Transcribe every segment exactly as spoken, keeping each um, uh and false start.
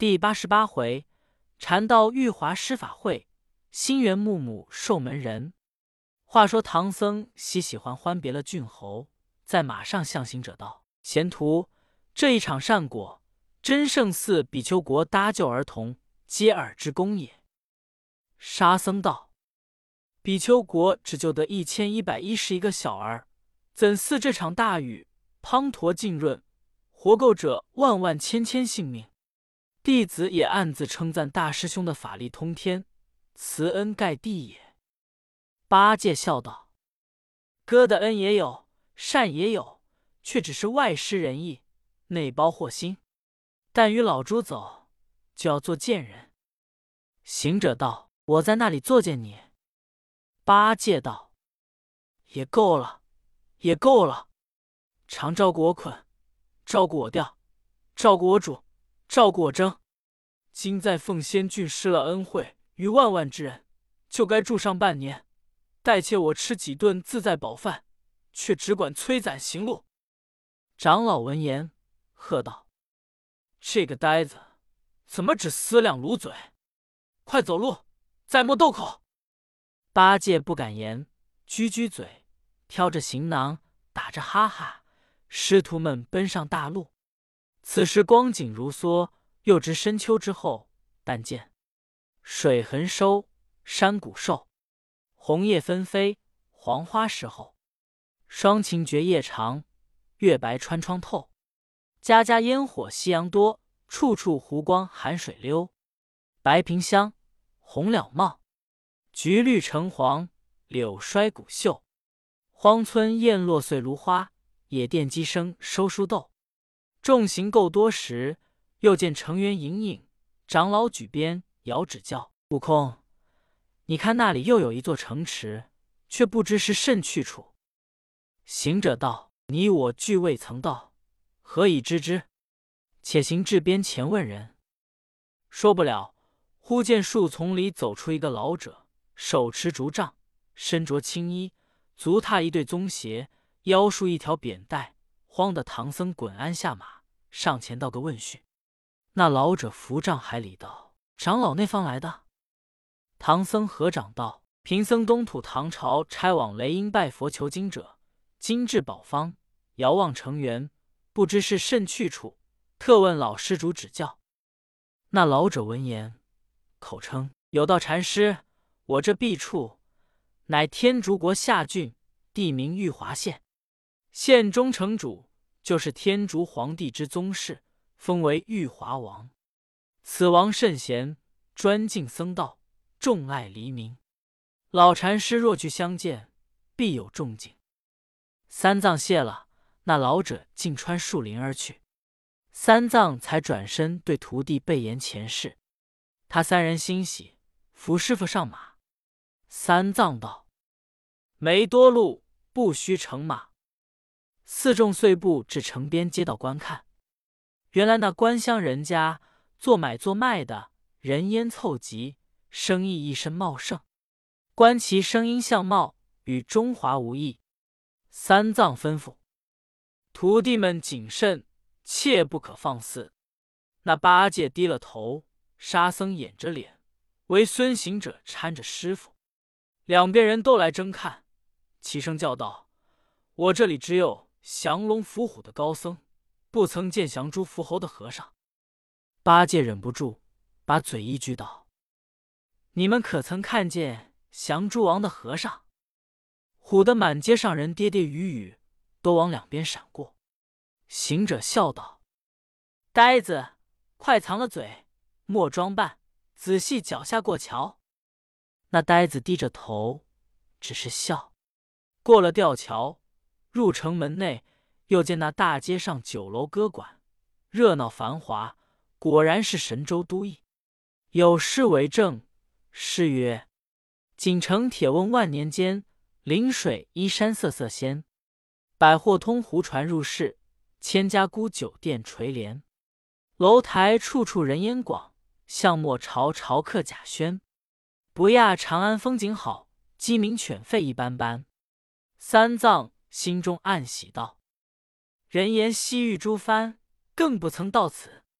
第八十八回，禅道玉华施法会，心猿木木受门人。话说唐僧喜喜欢欢别了郡侯，在马上向行者道：“贤徒，这一场善果，真胜似比丘国搭救儿童，接耳之功也。”沙僧道：“比丘国只救得一千一百一十一个小儿，怎似这场大雨，滂沱浸润，活救者万万千千性命？弟子也暗自称赞大师兄的法力通天，慈恩盖地也。”八戒笑道：“哥的恩也有，善也有，却只是外施仁义，内包祸心。但与老猪走，就要做贱人。”行者道：“我在那里作践你？”八戒道：“也够了，也够了。常照顾我捆，照顾我吊，照顾我煮，照顾我蒸。今在凤仙郡施了恩惠于万万之人，就该住上半年。待妾我吃几顿自在饱饭，却只管催攒行路。”长老闻言，喝道：“这个呆子，怎么只思量卤嘴？快走路，再莫斗口！”八戒不敢言，撅撅嘴，挑着行囊，打着哈哈。师徒们奔上大路。此时光景如梭，又值深秋之后，但见水痕收，山谷瘦，红叶纷飞，黄花时候。霜晴绝夜长，月白穿窗透。家家烟火夕阳多，处处湖光寒水溜。白萍香，红了茂，橘绿橙黄，柳衰古秀。荒村燕落碎芦花，野店鸡声收书豆。众行够多时，又见城垣隐隐，长老举鞭遥指教：“悟空，你看那里又有一座城池，却不知是甚去处。”行者道：“你我俱未曾到，何以知之？且行至边前问人。”说不了，忽见树丛里走出一个老者，手持竹杖，身着青衣，足踏一对棕鞋，腰束一条扁带，慌得唐僧滚鞍下马，上前道个问讯。那老者扶杖海礼道：“长老那方来的？”唐僧合掌道：“贫僧东土唐朝差往雷音拜佛求经者，今至宝方，遥望城垣，不知是甚去处，特问老施主指教。”那老者闻言，口称：“有道禅师，我这弊处，乃天竺国下郡，地名玉华县，县中城主就是天竺皇帝之宗室，封为玉华王。此王甚贤，专敬僧道，重爱黎民。老禅师若去相见，必有重敬。”三藏谢了，那老者径穿树林而去。三藏才转身对徒弟备言前事。他三人欣喜，扶师傅上马。三藏道：“没多路，不须乘马。”四众遂步至城边街道观看。原来那官乡人家做买做卖的人烟凑集，生意一身茂盛，观其声音相貌，与中华无异。三藏吩咐徒弟们谨慎，切不可放肆。那八戒低了头，沙僧掩着脸，唯孙行者搀着师傅。两边人都来争看，齐声叫道：“我这里只有降龙伏虎的高僧，不曾见降猪伏猴的和尚。”八戒忍不住，把嘴一举道：“你们可曾看见降猪王的和尚？”唬得满街上人跌跌语语，都往两边闪过。行者笑道：“呆子，快藏了嘴，莫装扮，仔细脚下过桥。”那呆子低着头，只是笑。过了吊桥，入城门内，又见那大街上酒楼歌馆，热闹繁华，果然是神州都邑。有诗为证，诗曰：“锦城铁瓮万年间，临水依山色色鲜。百货通湖船入市，千家沽酒店垂帘。楼台处处人烟广，巷陌潮潮客甲轩。不亚长安风景好，鸡鸣犬吠一般般。”三藏心中暗喜道：“人言西域诸藩，更不曾到此。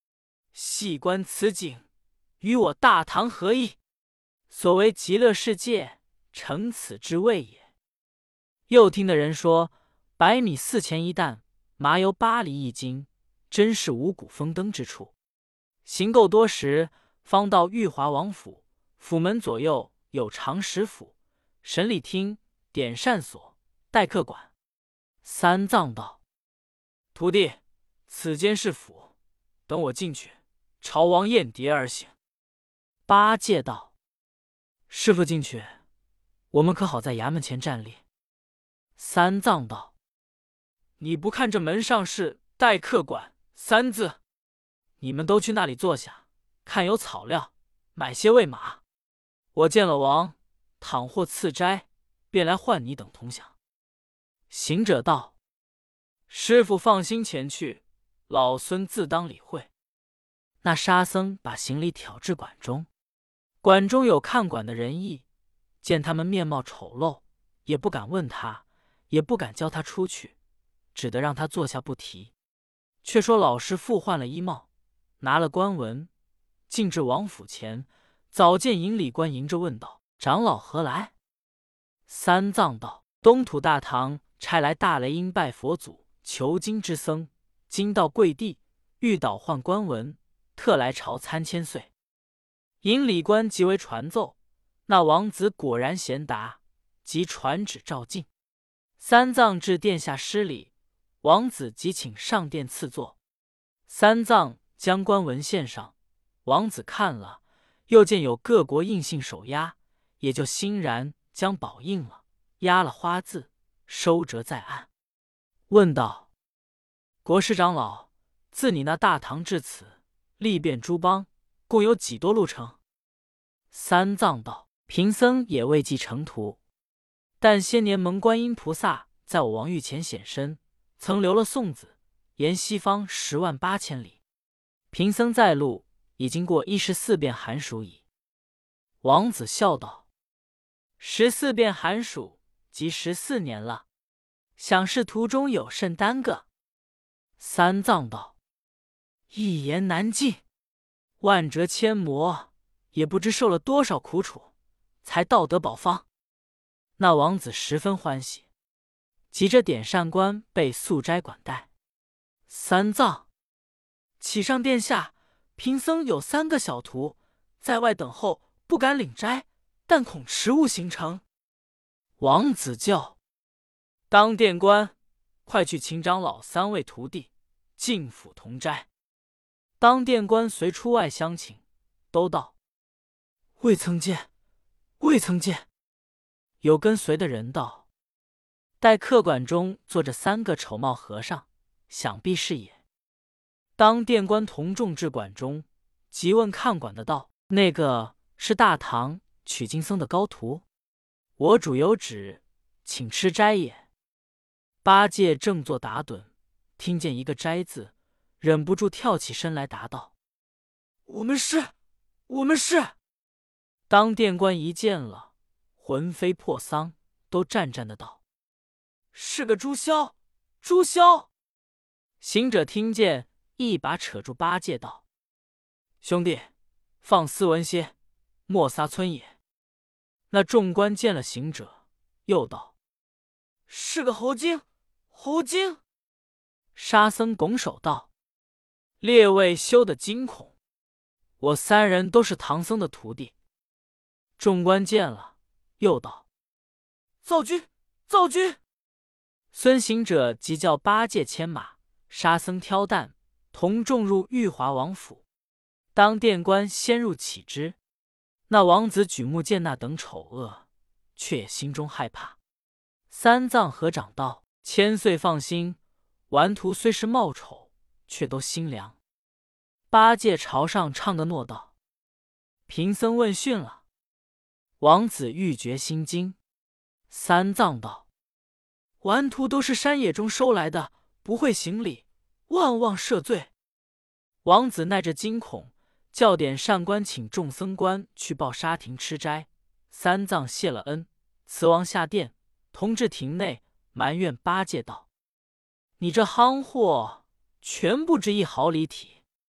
细观此景，与我大唐何异？所谓极乐世界，诚此之谓也。”又听的人说：“白米四钱一担，麻油八厘一斤，真是五谷丰登之处。”行够多时，方到玉华王府。府门左右有长史府、审理厅、典善所、待客馆。三藏道：“徒弟，此间是府，等我进去，朝王宴蝶而行。”八戒道：“师傅进去，我们可好在衙门前站立？”三藏道：“你不看这门上是待客馆三字，你们都去那里坐下，看有草料，买些喂马。我见了王，倘或赐斋，便来唤你等同享。”行者道：“师傅放心前去，老孙自当理会。”那沙僧把行李挑至馆中，馆中有看管的人役，见他们面貌丑陋，也不敢问他，也不敢教他出去，只得让他坐下不提。却说老师傅换了衣帽，拿了官文，进至王府前，早见营里官迎着问道：“长老何来？”三藏道：“东土大唐差来大雷音拜佛祖求经之僧，今到贵地，欲倒换官文，特来朝参千岁。”营里官即为传奏，那王子果然贤达，即传旨照进。三藏至殿下施礼，王子即请上殿赐座。三藏将官文献上，王子看了，又见有各国印信手压，也就欣然将宝印了，压了花字，收折在案。问道：“国师长老，自你那大唐至此，历遍诸邦，共有几多路程？”三藏道：“贫僧也未计程途，但些年蒙观音菩萨在我王御前显身，曾留了送子，沿西方十万八千里。贫僧在路已经过一十四遍寒暑矣。”王子笑道：“十四遍寒暑，即十四年了，想是途中有甚耽搁？”三藏道：“一言难尽，万折千磨，也不知受了多少苦楚，才到得宝方。”那王子十分欢喜，急着点膳官备素斋管待。三藏：“启上殿下，贫僧有三个小徒，在外等候，不敢领斋，但恐迟误行程。”王子叫：“当殿官，快去请长老三位徒弟进府同斋。”当殿官随出外相请，都道：“未曾见，未曾见。”有跟随的人道：“待客馆中坐着三个丑帽和尚，想必是也。”当殿官同众至馆中，即问看管的道：“那个是大唐取经僧的高徒？我主有旨，请吃斋也。”八戒正坐打盹，听见一个斋字，忍不住跳起身来答道：“我们是，我们是。”当殿官一见了，魂飞魄丧，都战战的道：“是个朱枭，朱枭！”行者听见，一把扯住八戒道：“兄弟，放斯文些，莫撒村也。”那众官见了行者，又道：“是个猴精，猴精！”沙僧拱手道：“列位休得惊恐，我三人都是唐僧的徒弟。”众官见了，又道：“造军，造军！”孙行者即叫八戒牵马，沙僧挑担，同众入玉华王府。当殿官先入启之，那王子举目见那等丑恶，却也心中害怕。三藏合掌道：“千岁放心，顽徒虽是貌丑，却都心良。”八戒朝上唱个诺道：“贫僧问讯了。”王子欲觉心惊。三藏道：“顽徒都是山野中收来的，不会行礼，万望赦罪。”王子耐着惊恐，叫点善官请众僧官去报沙亭吃斋。三藏谢了恩，辞王下殿，同至亭内，埋怨八戒道：“你这夯货，全不值一毫厘体。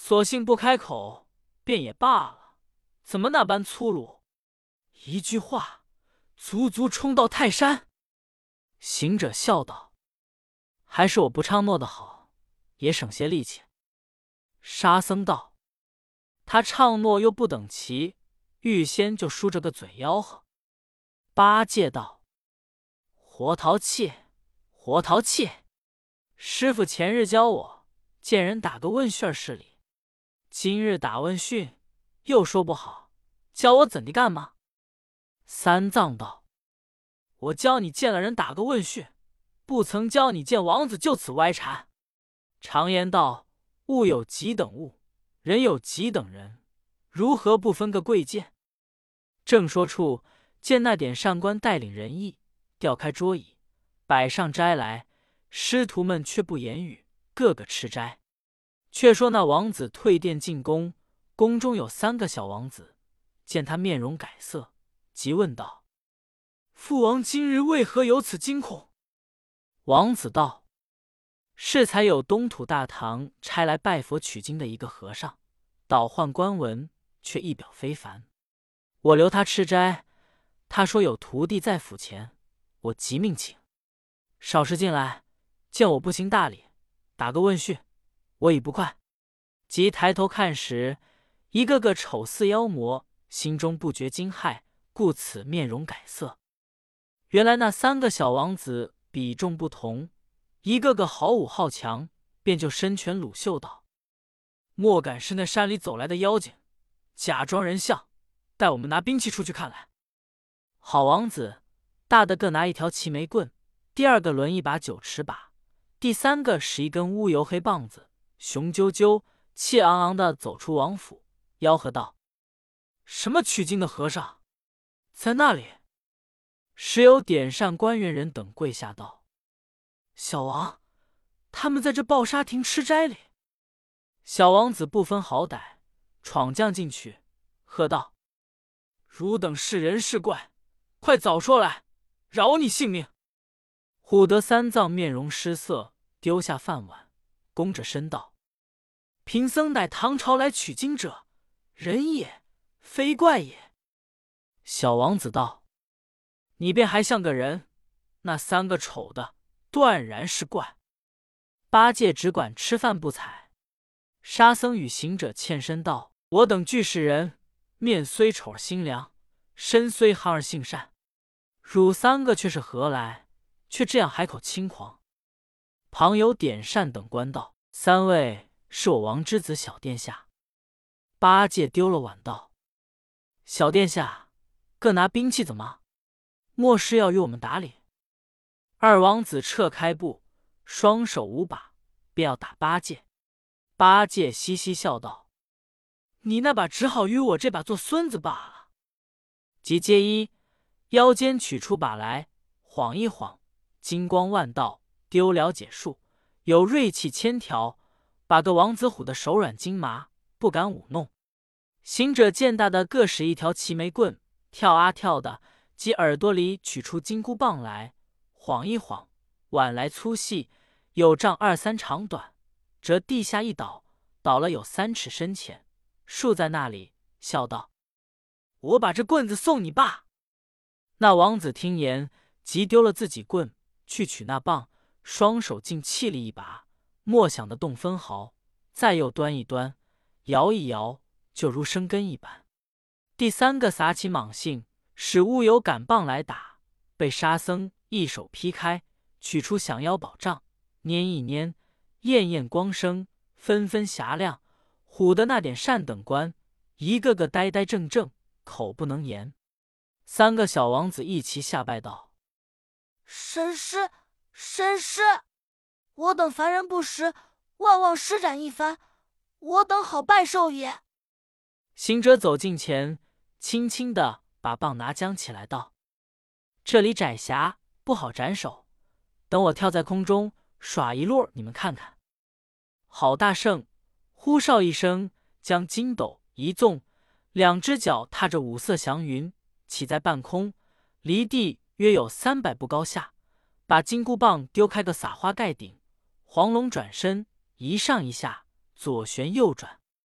索性不开口，便也罢了，怎么那般粗鲁？一句话，足足冲到泰山。行者笑道：“还是我不唱诺的好，也省些力气。”沙僧道：“他唱诺又不等齐，预先就输着个嘴吆喝。”八戒道：“活淘气，活淘气！师傅前日教我，见人打个问讯是理，今日打问讯，又说不好，教我怎地干吗？”三藏道：“我教你见了人打个问讯，不曾教你见王子就此歪缠。常言道，物有几等物，人有几等人，如何不分个贵贱？”正说处，见那点善官带领人役，调开桌椅，摆上斋来，师徒们却不言语，个个吃斋。却说那王子退殿进宫，宫中有三个小王子，见他面容改色，即问道：“父王今日为何有此惊恐？”王子道：“适才有东土大唐差来拜佛取经的一个和尚，倒换官文，却一表非凡。我留他吃斋，他说有徒弟在府前，我即命请。少时进来，见我不行大礼，打个问讯，我已不快。即抬头看时，一个个丑似妖魔，心中不觉惊骇，故此面容改色。原来那三个小王子比重不同，一个个好武好强，便就伸拳鲁袖道：“莫敢是那山里走来的妖精，假装人像，带我们拿兵器出去看来。”好王子大的各拿一条齐眉棍，第二个抡一把九尺把，第三个使一根乌油黑棒子，雄赳赳气昂昂的走出王府，吆喝道：“什么取经的和尚，在那里！”时有点善官员人等跪下道：“小王，他们在这抱沙亭吃斋里。”小王子不分好歹，闯将进去，喝道：“汝等是人是怪，快早说来，饶你性命！”唬得三藏面容失色，丢下饭碗，弓着身道：“贫僧乃唐朝来取经者，人也，非怪也。”小王子道：“你便还像个人，那三个丑的断然是怪。”八戒只管吃饭不睬。沙僧与行者欠身道：“我等俱是人，面虽丑而心凉，身虽憨而性善，汝三个却是何来？却这样海口轻狂。”旁有点善等官道：“三位是我王之子小殿下。”八戒丢了碗道：“小殿下，各拿兵器怎么？莫是要与我们打理？”二王子撤开步，双手舞把，便要打八戒。八戒嘻嘻笑道：“你那把只好与我这把做孙子罢了。”即接衣，腰间取出把来，晃一晃，金光万道，丢了解数，有锐气千条，把个王子唬得手软筋麻，不敢舞弄。行者见大的各使一条齐眉棍，跳啊跳的，即耳朵里取出金箍棒来，晃一晃，挽来粗细，有丈二三长短，折地下一倒，倒了有三尺深浅，竖在那里，笑道：“我把这棍子送你罢。”那王子听言，即丢了自己棍，去取那棒，双手竟气力一把，莫想得动分毫，再又端一端，摇一摇，就如生根一般。第三个撒起莽性，使乌有杆棒来打，被沙僧一手劈开，取出降妖宝杖，拈一拈，焰焰光生，纷纷霞亮，唬得那点善等官一个个呆呆怔怔，口不能言。三个小王子一齐下拜道：“ 神师，神师！我等凡人不识，万望施展一番，我等好拜寿也。” 行者走近前，轻轻的把棒拿将起来道：“这里窄狭，不好斩首，等我跳在空中耍一落，你们看看。”好大圣！呼哨一声，将筋斗一纵，两只脚踏着五色祥云，起在半空，离地约有三百步高下，把金箍棒丢开个撒花盖顶，黄龙转身，一上一下，左旋右转，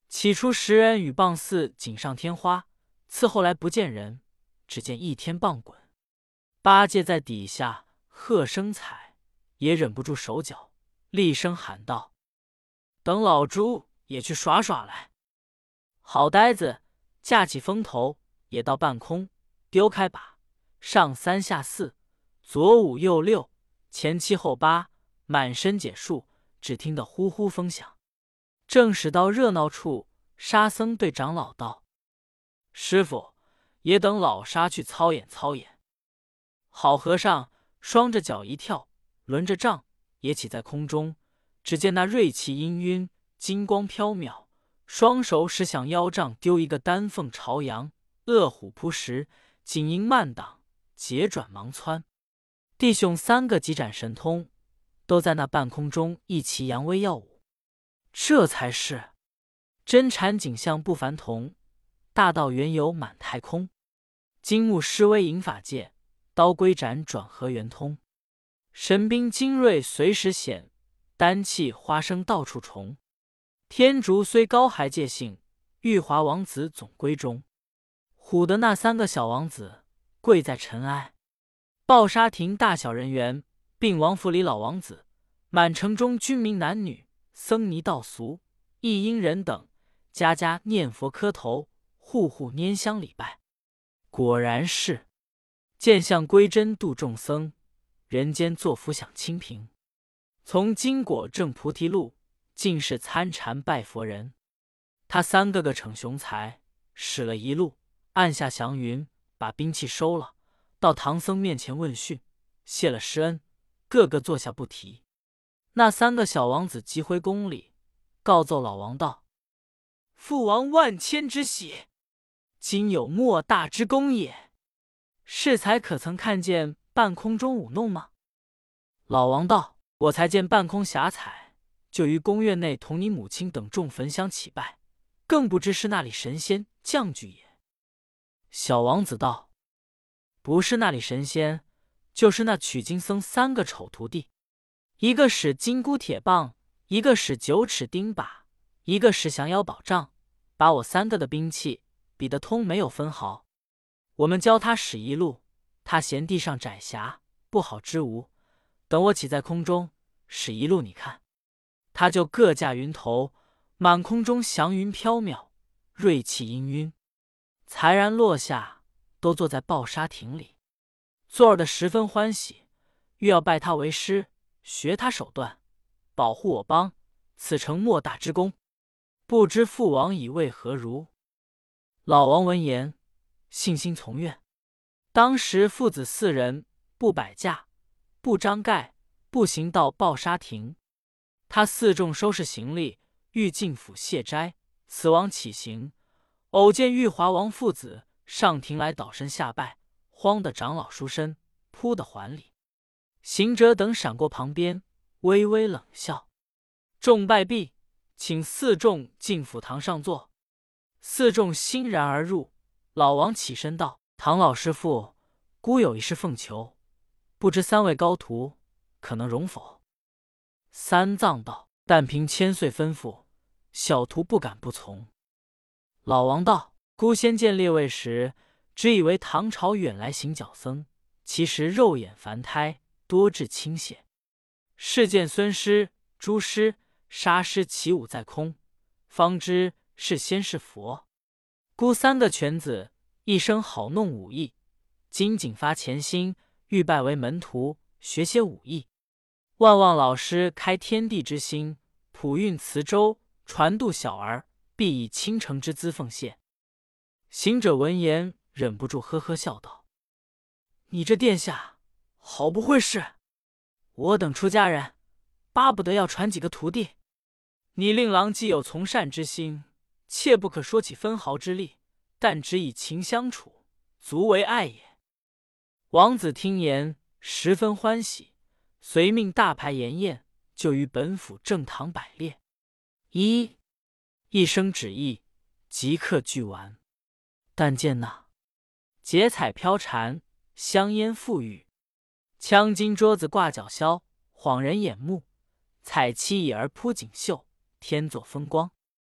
起初时人与棒似锦上添花，次后来不见人，只见一天棒滚。八戒在底下喝声彩，也忍不住手脚，厉声喊道：“等老猪也去耍耍来！”好呆子架起风头，也到半空，丢开把，上三下四，左五右六，前七后八，满身解数，只听得呼呼风响。正使到热闹处，沙僧对长老道：“师傅，也等老沙去操演操演。”好和尚双着脚一跳，轮着杖也起在空中，只见那锐气氤氲，金光飘渺，双手使响腰杖丢一个丹凤朝阳，恶虎扑食，锦鹰慢挡，截转忙窜。弟兄三个几展神通，都在那半空中一齐扬威耀武。这才是真禅景象不凡同，大道缘由满太空。金木施威引法界，刀龟斩转合圆通。神兵精锐随时显，丹气花生到处重。天竺虽高还戒性，玉华王子总归中。唬得那三个小王子跪在尘埃。抱沙亭大小人员，并王府里老王子，满城中军民男女，僧尼道俗，一应人等，家家念佛磕头，户户拈香礼拜。果然是见相归真度众僧，人间作福享清平。从经果证菩提路，尽是参禅拜佛人。他三个个逞雄才，使了一路，按下祥云，把兵器收了，到唐僧面前问讯，谢了施恩，个个坐下不提。那三个小王子急回宫里，告奏老王道：“父王万千之喜，今有莫大之功也。适才可曾看见半空中舞弄吗？”老王道：“我才见半空霞彩，就于宫院内同你母亲等众焚香祈拜，更不知是那里神仙降具也。”小王子道：“不是那里神仙，就是那取经僧三个丑徒弟，一个使金箍铁棒，一个使九齿钉耙，一个使降妖宝杖，把我三个的兵器比得通没有分毫。我们教他使一路，他嫌地上窄狭，不好支吾。等我起在空中，使一路你看。”他就各驾云头，满空中祥云飘渺，锐气氤氲，才然落下，都坐在抱沙亭里，坐儿的十分欢喜，欲要拜他为师，学他手段，保护我邦，此诚莫大之功。不知父王以为何如？老王闻言，信心从愿。当时父子四人，不摆架，不张盖，步行到抱沙亭。他四众收拾行李，欲进府谢斋。此王起行，偶见玉华王父子上庭来倒身下拜，慌的长老疏身，扑的还礼。行者等闪过旁边，微微冷笑。众拜毕，请四众进府堂上坐。四众欣然而入。老王起身道：“唐老师父，孤有一事奉求，不知三位高徒可能容否？”三藏道：“但凭千岁吩咐，小徒不敢不从。”老王道：“孤先见列位时，只以为唐朝远来行脚僧，其实肉眼凡胎，多智轻显。试见孙师、朱师、沙师起舞在空，方知是仙是佛。孤三个犬子，一生好弄武艺，今仅发潜心，欲拜为门徒，学些武艺。万望老师开天地之心，普运慈舟，传渡小儿，必以倾城之资奉献。”行者闻言，忍不住呵呵笑道：“你这殿下好不会事！我等出家人，巴不得要传几个徒弟。你令郎既有从善之心，切不可说起分毫之力，但只以情相处，足为爱也。”王子听言，十分欢喜，随命大排筵宴，就于本府正堂摆列。一一声旨意，即刻俱完。但见那结彩飘蝉，香烟馥郁，枪金桌子挂角箫，晃人眼目；彩漆椅儿铺锦绣，天作风光。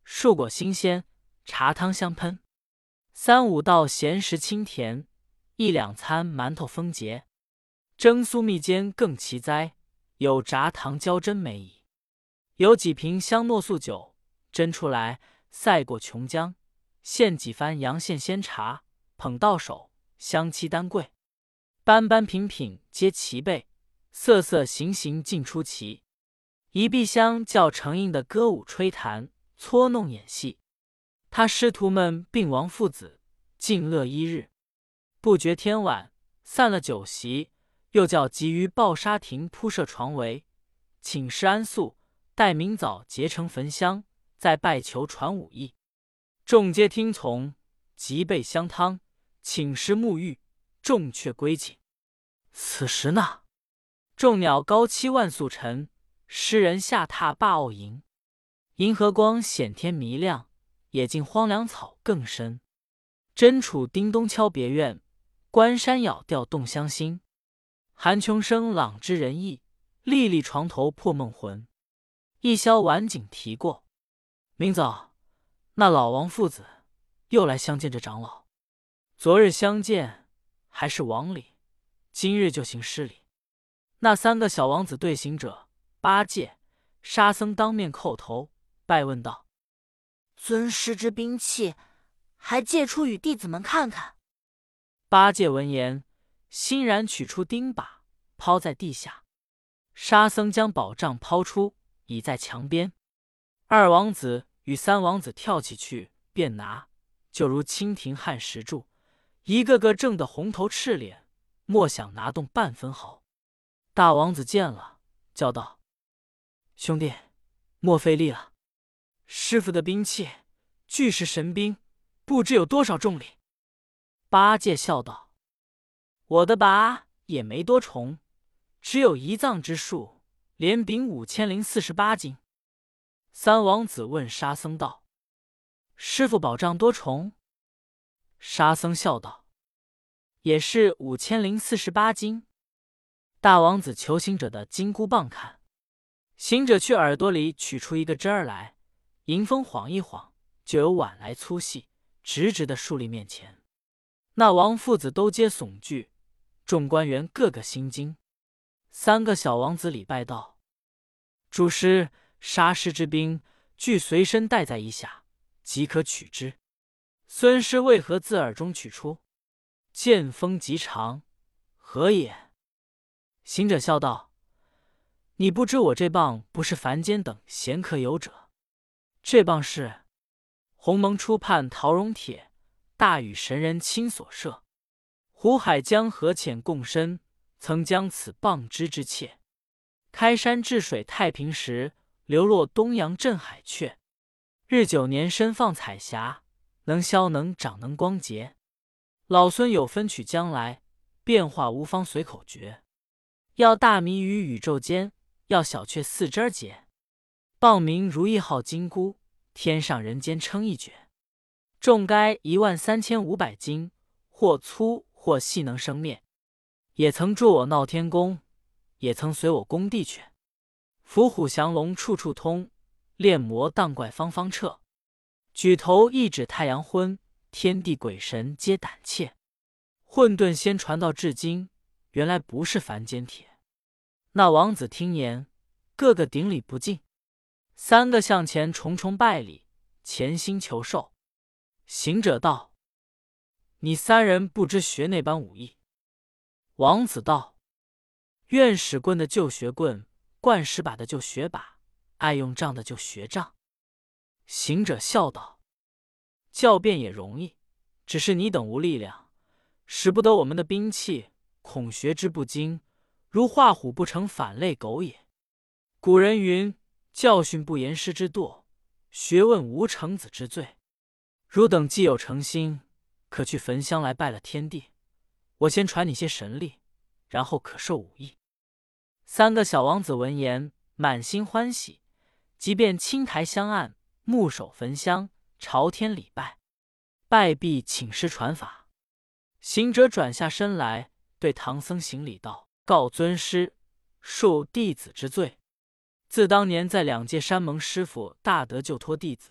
树果新鲜，茶汤香喷。三五道咸食清甜，一两餐馒头丰节。蒸酥蜜煎更奇哉，有炸糖浇真美矣。有几瓶香糯素酒，斟出来赛过琼浆。献几番阳羡仙茶，捧到手，香气丹桂。般般品品皆齐备，色色形形尽出奇。一碧香叫成印的歌舞吹弹，搓弄演戏。他师徒们并王父子，尽乐一日。不觉天晚，散了酒席，又叫急于抱沙亭铺设床围，请示安宿，待明早结成焚香，再拜求传武艺。众皆听从，即备香汤，请食沐浴，众却归寝。此时呢，众鸟高栖万宿尘，诗人下榻罢鸥营。银河光显天迷亮，野径荒凉草更深。真楚叮咚敲别院，关山咬调动乡心。寒琼声朗知人意，粒粒床头破梦魂。一宵晚景提过，明早那老王父子又来相见这长老。昨日相见还是王礼，今日就行施礼。那三个小王子对行者八戒、沙僧当面叩头拜问道： 尊师之兵器，还借出与弟子们看看。 八戒闻言，欣然取出钉耙，抛在地下。沙僧将宝杖抛出，倚在墙边。二王子与三王子跳起去便拿，就如蜻蜓撼石柱，一个个正得红头赤脸，莫想拿动半分毫。大王子见了，叫道：兄弟，莫费力了，师傅的兵器俱是神兵，不知有多少重力。八戒笑道：我的把也没多重，只有一藏之数，连柄五千零四十八斤。三王子问沙僧道：师傅宝杖多重？沙僧笑道：也是五千零四十八斤。大王子求行者的金箍棒看，行者去耳朵里取出一个针儿来，迎风晃一晃，就有碗来粗细，直直的竖立面前。那王父子都皆悚惧，众官员个个心惊。三个小王子礼拜道：主师，沙师之兵俱随身带在衣下，即可取之。孙师为何自耳中取出？剑锋极长，何也？行者笑道：你不知我这棒不是凡间等闲可有者，这棒是鸿蒙初判陶荣铁，大禹神人亲所设。湖海江河浅共深，曾将此棒之之切。开山治水太平时，流落东洋镇海阙。日久年深放彩霞，能消能长能光洁。老孙有分取将来，变化无方随口诀。要大迷于宇宙间，要小却四枝节。棒名如意号金箍，天上人间称一绝。重该一万三千五百斤，或粗或细能生面。也曾助我闹天宫，也曾随我攻地犬。伏虎降龙处处通，炼魔荡怪方方彻。举头一指太阳昏，天地鬼神皆胆怯。混沌先传到至今，原来不是凡间铁。那王子听言，个个顶礼不敬。三个向前重重拜礼，潜心求寿。行者道：你三人不知学那般武艺。王子道：愿使棍的就学棍，惯使把的就学把，爱用杖的就学杖。行者笑道：教变也容易，只是你等无力量，使不得我们的兵器，恐学之不精，如画虎不成反类狗也。古人云：教训不严师之惰，学问无成子之罪。汝等既有诚心，可去焚香来拜了天地。我先传你些神力，然后可授武艺。三个小王子闻言，满心欢喜，即便青台香案，木手焚香，朝天礼拜。拜毕，请师传法。行者转下身来，对唐僧行礼道：告尊师，恕弟子之罪。自当年在两界山盟师傅大德救脱弟子，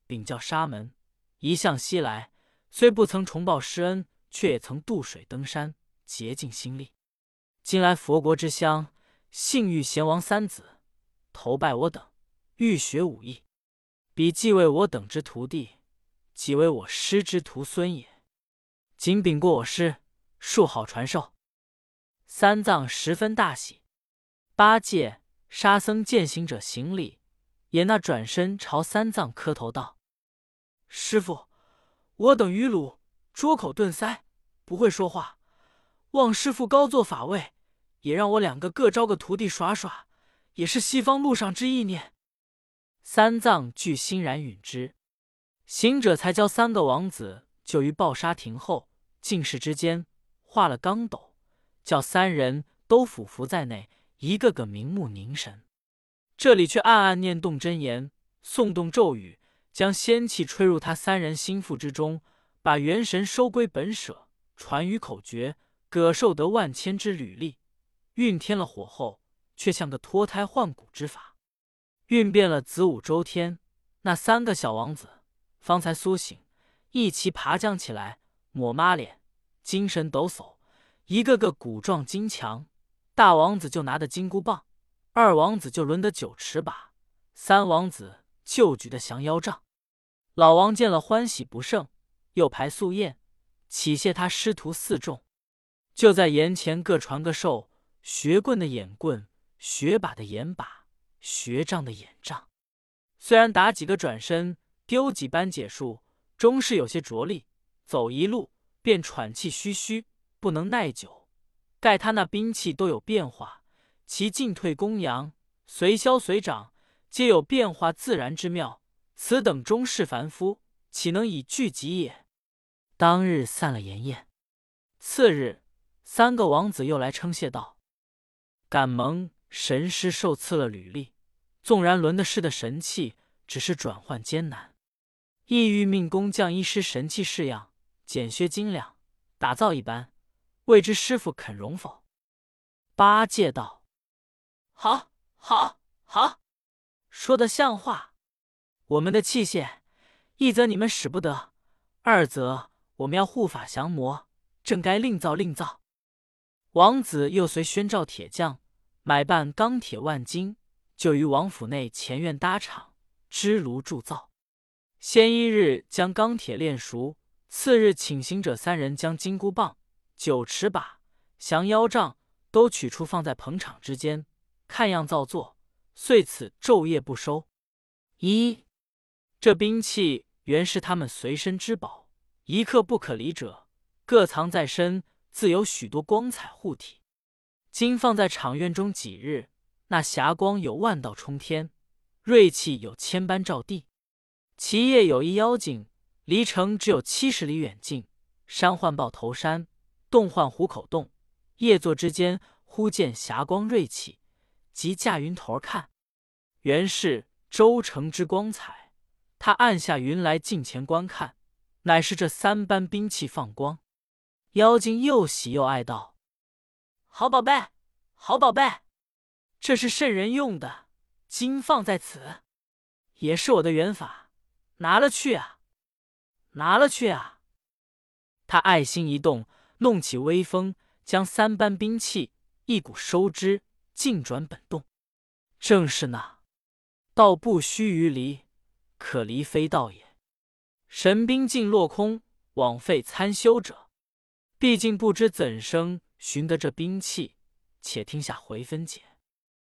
禀教沙门，一向西来，虽不曾重报师恩，却也曾渡水登山，竭尽心力。今来佛国之乡，幸遇贤王三子，投拜我等，欲学武艺。彼既为我等之徒弟，即为我师之徒孙也。谨禀过我师，恕好传授。三藏十分大喜。八戒、沙僧见行者行礼，也那转身朝三藏磕头道：“师父，我等愚鲁，拙口钝腮，不会说话，望师父高坐法位，也让我两个各招个徒弟耍耍，也是西方路上之意念。”三藏俱欣然允之。行者才教三个王子就于抱沙亭后，进士之间画了钢斗，叫三人都俯伏在内，一个个明目凝神。这里却暗暗念动真言，诵动咒语，将仙气吹入他三人心腹之中，把元神收归本舍，传语口诀，葛受得万千之履历。运添了火后，却像个脱胎换骨之法。运遍了子午周天，那三个小王子方才苏醒，一齐爬将起来，抹抹脸，精神抖擞，一个个骨壮筋强。大王子就拿得金箍棒，二王子就抡得九尺把，三王子就举得降妖杖。老王见了欢喜不胜，又排素宴，启谢他师徒四众，就在岩前各传个授，学棍的眼棍，学把的眼把，学杖的眼杖。虽然打几个转身，丢几般解数，终是有些着力，走一路便喘气吁吁，不能耐久。盖他那兵器都有变化，其进退攻扬，随消随长，皆有变化自然之妙。此等终是凡夫，岂能以具己也？当日散了筵宴。次日，三个王子又来称谢道：“感蒙神师受赐了履历，纵然轮的师的神器，只是转换艰难，意欲命工匠一师神器式样，简削精良，打造一般，未知师傅肯容否？”八戒道：“好，好，好，说得像话。我们的器械，一则你们使不得，二则我们要护法降魔，正该另造另造。”王子又随宣召铁匠，买办钢铁万斤，就于王府内前院搭场，支炉铸造。先一日将钢铁炼熟，次日请行者三人将金箍棒、九尺把、降妖杖都取出，放在棚场之间，看样造作，遂此昼夜不收。一这兵器原是他们随身之宝，一刻不可离者，各藏在身，自有许多光彩护体。今放在场院中几日，那霞光有万道冲天，锐气有千般照地。其夜有一妖精，离城只有七十里远近，山唤豹头山，洞唤虎口洞。夜坐之间，忽见霞光锐气，即驾云头而看，原是周城之光彩。他按下云来，近前观看，乃是这三般兵器放光。妖精又喜又爱道：“好宝贝，好宝贝，这是圣人用的，今放在此，也是我的缘法，拿了去啊，拿了去啊！”他爱心一动，弄起威风，将三般兵器一股收之，尽转本洞。正是那道不须臾离，可离非道也。神兵尽落空，枉费参修者。毕竟不知怎生寻得这兵器，且听下回分解。